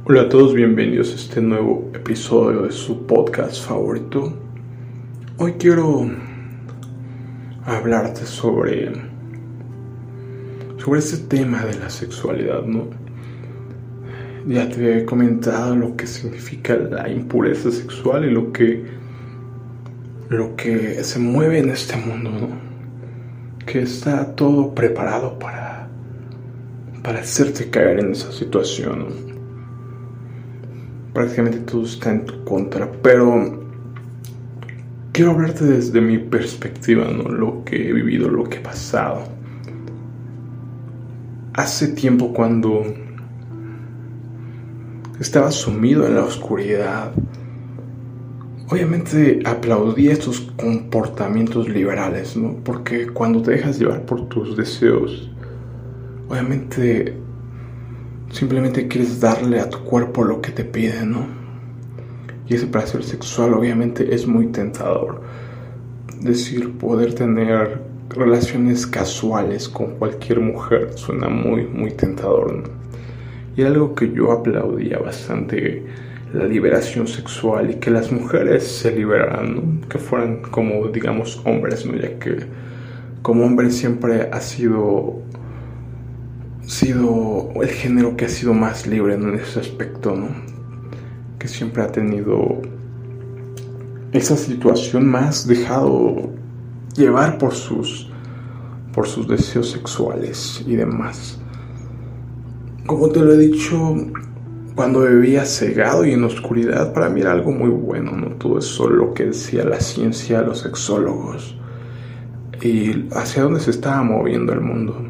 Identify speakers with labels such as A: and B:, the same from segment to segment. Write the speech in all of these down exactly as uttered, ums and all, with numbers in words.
A: Hola a todos, bienvenidos a este nuevo episodio de su podcast favorito. Hoy quiero hablarte sobre sobre este tema de la sexualidad, ¿no? Ya te he comentado lo que significa la impureza sexual y lo que lo que se mueve en este mundo, ¿no? Que está todo preparado para para hacerte caer en esa situación, ¿no? Prácticamente todo está en tu contra, pero quiero hablarte desde mi perspectiva, ¿no? Lo que he vivido, lo que he pasado. Hace tiempo, cuando estaba sumido en la oscuridad, obviamente aplaudí estos comportamientos liberales, ¿no? Porque cuando te dejas llevar por tus deseos, obviamente simplemente quieres darle a tu cuerpo lo que te pide, ¿no? Y ese placer sexual obviamente es muy tentador. Es decir, poder tener relaciones casuales con cualquier mujer suena muy, muy tentador, ¿no? Y era algo que yo aplaudía bastante, la liberación sexual, y que las mujeres se liberaran, ¿no? Que fueran como, digamos, hombres, ¿no? Ya que como hombre siempre ha sido... sido el género que ha sido más libre, ¿no? En ese aspecto, ¿no? Que siempre ha tenido esa situación más dejado llevar por sus por sus deseos sexuales y demás. Como te lo he dicho, cuando vivía cegado y en oscuridad, para mí era algo muy bueno, ¿no? Todo eso, lo que decía la ciencia, los sexólogos, y hacia dónde se estaba moviendo el mundo.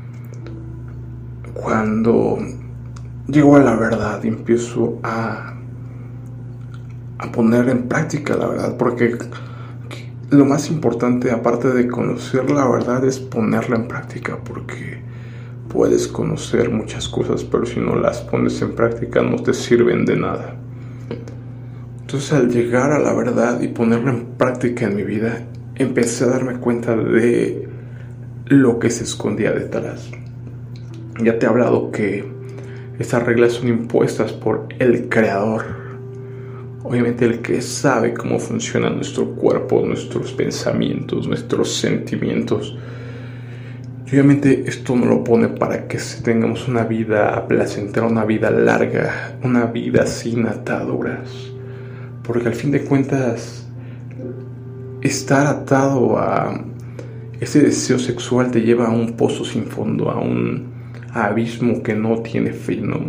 A: Cuando llego a la verdad y empiezo a, a poner en práctica la verdad, porque lo más importante, aparte de conocer la verdad, es ponerla en práctica, porque puedes conocer muchas cosas, pero si no las pones en práctica no te sirven de nada. Entonces, al llegar a la verdad y ponerla en práctica en mi vida, empecé a darme cuenta de lo que se escondía detrás. Ya te he hablado que estas reglas son impuestas por el Creador. Obviamente el que sabe cómo funciona nuestro cuerpo, nuestros pensamientos, nuestros sentimientos. Y obviamente esto no lo pone para que tengamos una vida placentera, una vida larga, una vida sin ataduras. Porque al fin de cuentas, estar atado a ese deseo sexual te lleva a un pozo sin fondo, a un abismo que no tiene fin, ¿no?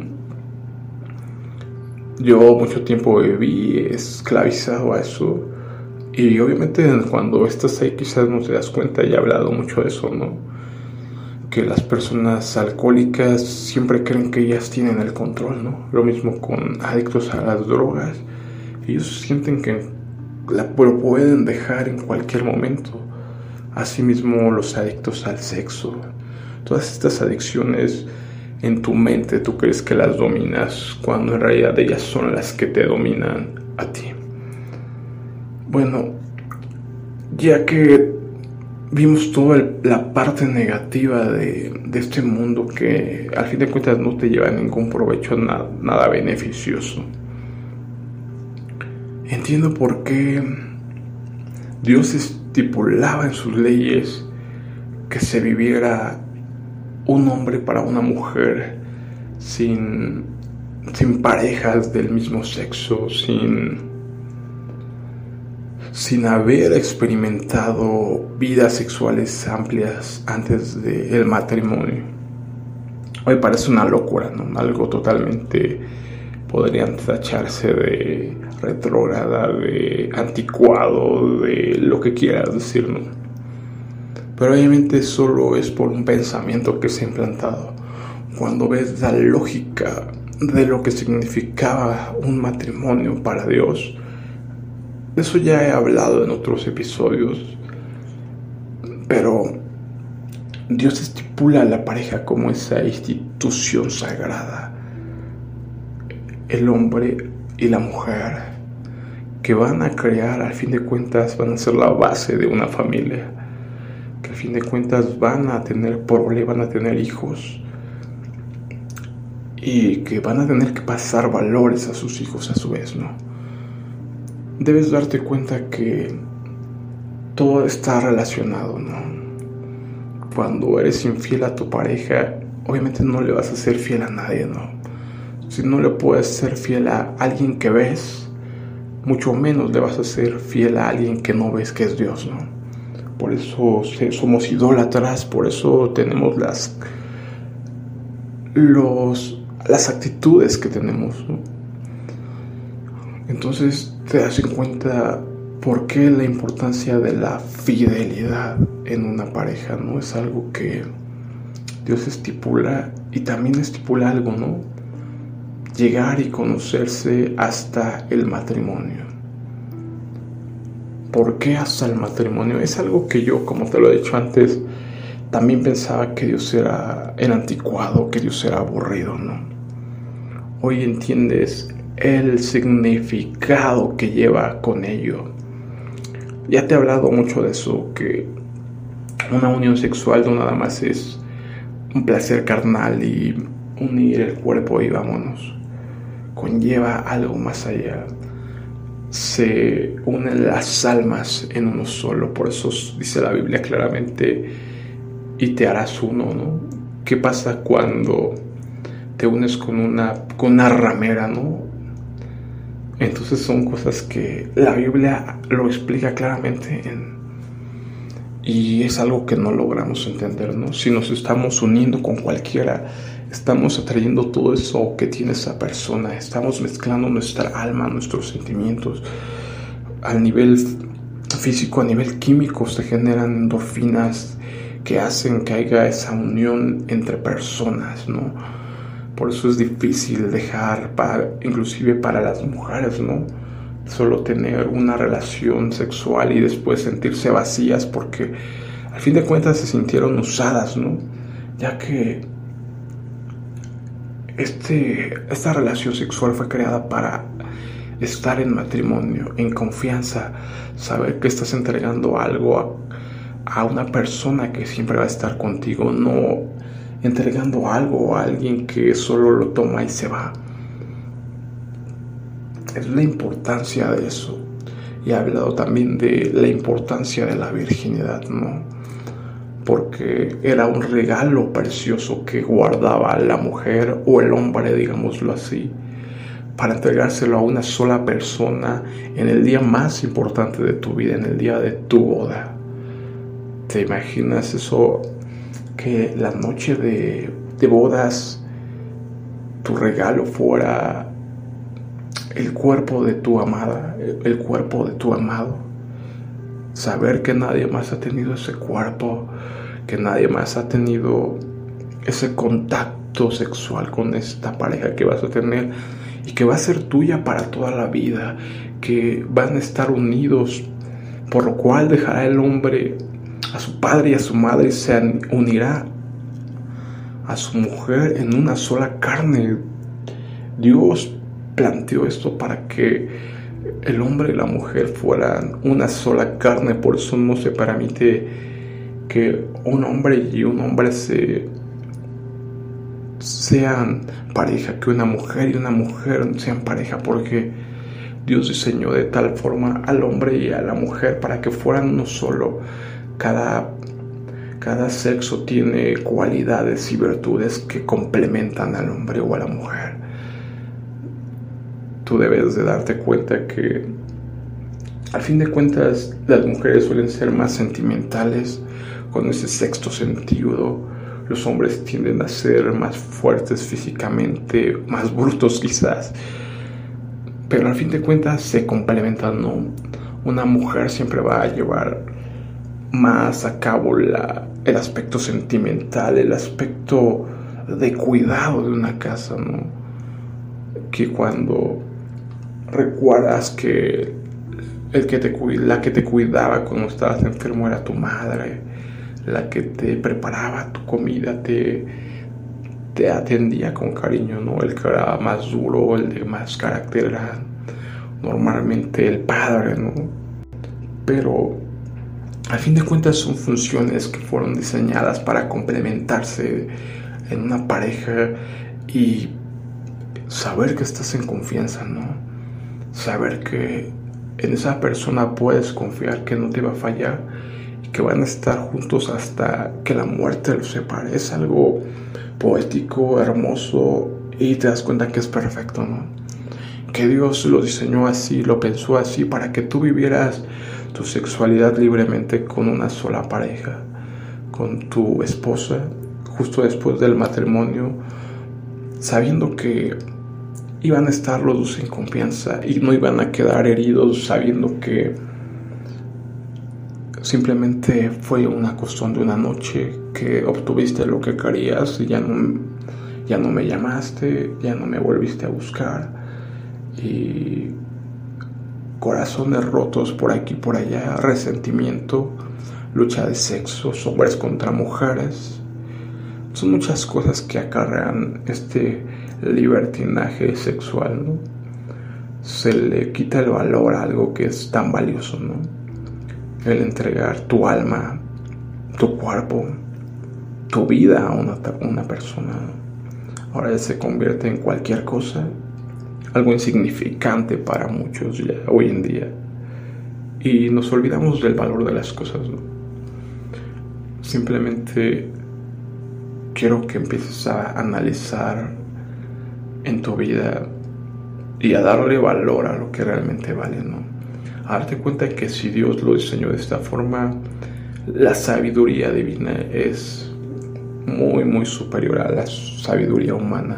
A: Yo mucho tiempo viví esclavizado a eso, y obviamente cuando estás ahí quizás no te das cuenta. Y he hablado mucho de eso, ¿no? Que las personas alcohólicas siempre creen que ellas tienen el control, ¿no? Lo mismo con adictos a las drogas. Ellos sienten que la, lo pueden dejar en cualquier momento. Asimismo los adictos al sexo. Todas estas adicciones en tu mente, tú crees que las dominas, cuando en realidad ellas son las que te dominan a ti. Bueno, ya que vimos toda el, la parte negativa de, de este mundo, que al fin de cuentas no te lleva a ningún provecho, nada, nada beneficioso, entiendo por qué Dios estipulaba en sus leyes que se viviera un hombre para una mujer, sin, sin parejas del mismo sexo, sin, sin haber experimentado vidas sexuales amplias antes del matrimonio. Hoy parece una locura, ¿no? Algo totalmente, podrían tacharse de retrógrada, de anticuado, de lo que quieras decir, ¿no? Pero obviamente solo es por un pensamiento que se ha implantado. Cuando ves la lógica de lo que significaba un matrimonio para Dios, de eso ya he hablado en otros episodios, pero Dios estipula la pareja como esa institución sagrada, el hombre y la mujer, que van a crear, al fin de cuentas, van a ser la base de una familia, que al fin de cuentas van a tener prole, van a tener hijos. y que van a tener que pasar valores a sus hijos a su vez, ¿no? Debes darte cuenta que todo está relacionado, ¿no? Cuando eres infiel a tu pareja, obviamente no le vas a ser fiel a nadie, ¿no? Si no le puedes ser fiel a alguien que ves, mucho menos le vas a ser fiel a alguien que no ves, que es Dios, ¿no? Por eso somos idólatras, por eso tenemos las, los, las actitudes que tenemos, ¿no? Entonces te das en cuenta por qué la importancia de la fidelidad en una pareja, ¿no? Es algo que Dios estipula, y también estipula algo, ¿no? Llegar y conocerse hasta el matrimonio. ¿Por qué hasta el matrimonio? Es algo que yo, como te lo he dicho antes, también pensaba que Dios era, era anticuado, que Dios era aburrido, ¿no? Hoy entiendes el significado que lleva con ello. Ya te he hablado mucho de eso, que una unión sexual no nada más es un placer carnal y unir el cuerpo y vámonos. Conlleva algo más allá. Se unen las almas en uno solo. Por eso dice la Biblia claramente, y te harás uno, ¿no? ¿Qué pasa cuando te unes con una, con una ramera, ¿no? Entonces son cosas que la Biblia lo explica claramente en, y es algo que no logramos entender, ¿no? Si nos estamos uniendo con cualquiera, estamos atrayendo todo eso que tiene esa persona, estamos mezclando nuestra alma, nuestros sentimientos. A nivel físico, a nivel químico, se generan endorfinas que hacen que haya esa unión entre personas, ¿no? Por eso es difícil dejar, para, inclusive para las mujeres, ¿no? Solo tener una relación sexual y después sentirse vacías porque al fin de cuentas se sintieron usadas, ¿no? Ya que este, esta relación sexual fue creada para estar en matrimonio, en confianza, saber que estás entregando algo a, a una persona que siempre va a estar contigo, no entregando algo a alguien que solo lo toma y se va. Es la importancia de eso. Y he hablado también de la importancia de la virginidad, ¿no? Porque era un regalo precioso que guardaba la mujer o el hombre, digámoslo así, para entregárselo a una sola persona en el día más importante de tu vida, en el día de tu boda. ¿Te imaginas eso? Que la noche de, de bodas tu regalo fuera el cuerpo de tu amada, el cuerpo de tu amado. Saber que nadie más ha tenido ese cuerpo, que nadie más ha tenido ese contacto sexual con esta pareja que vas a tener y que va a ser tuya para toda la vida, que van a estar unidos, por lo cual dejará el hombre a su padre y a su madre y se unirá a su mujer en una sola carne. Dios planteó esto para que el hombre y la mujer fueran una sola carne. Por eso no se permite que un hombre y un hombre se sean pareja, que una mujer y una mujer sean pareja, porque Dios diseñó de tal forma al hombre y a la mujer para que fueran uno solo. Cada, cada sexo tiene cualidades y virtudes que complementan al hombre o a la mujer. Tú debes de darte cuenta que al fin de cuentas las mujeres suelen ser más sentimentales, con ese sexto sentido. Los hombres tienden a ser más fuertes físicamente, más brutos quizás, pero al fin de cuentas se complementan, ¿no? Una mujer siempre va a llevar más a cabo la, el aspecto sentimental, el aspecto de cuidado de una casa, ¿no? Que cuando recuerdas que, el que te, la que te cuidaba cuando estabas enfermo era tu madre, la que te preparaba tu comida, te, te atendía con cariño, ¿no? El que era más duro, el de más carácter era normalmente el padre, ¿no? Pero al fin de cuentas son funciones que fueron diseñadas para complementarse en una pareja y saber que estás en confianza, ¿no? Saber que en esa persona puedes confiar, que no te va a fallar y que van a estar juntos hasta que la muerte los separe. Es algo poético, hermoso, y te das cuenta que es perfecto, ¿no? Que Dios lo diseñó así, lo pensó así para que tú vivieras tu sexualidad libremente con una sola pareja, con tu esposa, justo después del matrimonio, sabiendo que iban a estar los dos en confianza y no iban a quedar heridos, sabiendo que simplemente fue una cuestión de una noche, que obtuviste lo que querías y ya no, ya no me llamaste, ya no me volviste a buscar. Y corazones rotos por aquí y por allá, resentimiento, lucha de sexos, hombres contra mujeres. Son muchas cosas que acarrean este libertinaje sexual, ¿no? Se le quita el valor a algo que es tan valioso, ¿no? El entregar tu alma, tu cuerpo, tu vida a una, a una persona. Ahora ya se convierte en cualquier cosa, algo insignificante para muchos ya hoy en día, y nos olvidamos del valor de las cosas, ¿no? Simplemente quiero que empieces a analizar en tu vida y a darle valor a lo que realmente vale, ¿no? A darte cuenta que si Dios lo diseñó de esta forma, la sabiduría divina es muy muy superior a la sabiduría humana.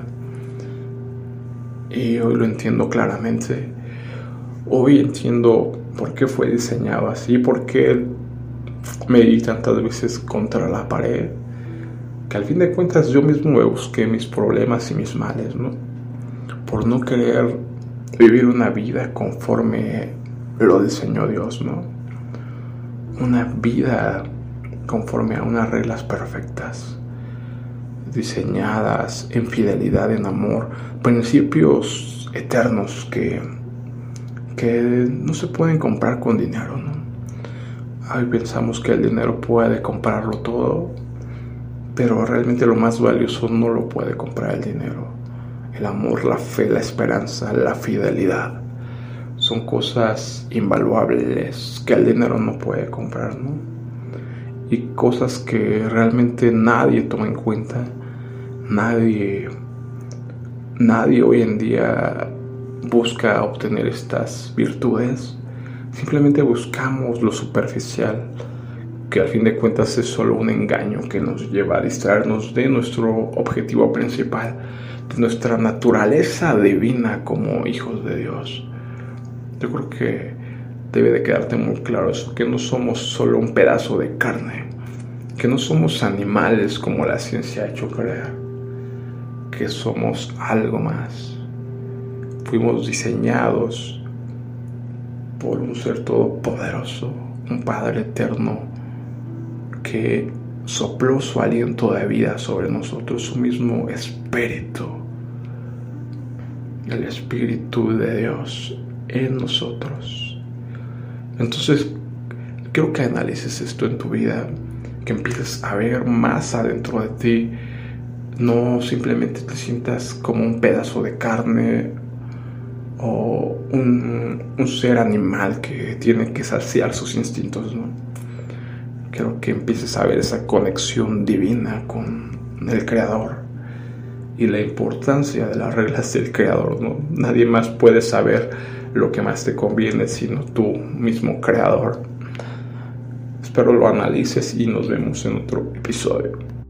A: Y hoy lo entiendo claramente. Hoy entiendo por qué fue diseñado así, por qué me di tantas veces contra la pared, que al fin de cuentas yo mismo me busqué mis problemas y mis males, ¿no? Por no querer vivir una vida conforme lo diseñó Dios, ¿no? Una vida conforme a unas reglas perfectas, diseñadas en fidelidad, en amor, principios eternos que, que no se pueden comprar con dinero, ¿no? Hoy pensamos que el dinero puede comprarlo todo, pero realmente lo más valioso no lo puede comprar el dinero. El amor, la fe, la esperanza, la fidelidad son cosas invaluables que el dinero no puede comprar, ¿no? Y cosas que realmente nadie toma en cuenta. Nadie, nadie hoy en día busca obtener estas virtudes. Simplemente buscamos lo superficial, que al fin de cuentas es solo un engaño que nos lleva a distraernos de nuestro objetivo principal, de nuestra naturaleza divina como hijos de Dios. Yo creo que debe de quedarte muy claro eso, que no somos solo un pedazo de carne, que no somos animales como la ciencia ha hecho creer, que somos algo más. Fuimos diseñados por un ser todopoderoso, un Padre eterno que sopló su aliento de vida sobre nosotros, su mismo espíritu, el Espíritu de Dios en nosotros. Entonces quiero que analices esto en tu vida, que empieces a ver más adentro de ti, no simplemente te sientas como un pedazo de carne o un, un ser animal que tiene que saciar sus instintos, ¿no? Quiero que empieces a ver esa conexión divina con el Creador y la importancia de las reglas del Creador, ¿no? Nadie más puede saber lo que más te conviene sino tú mismo, Creador. Espero lo analices y nos vemos en otro episodio.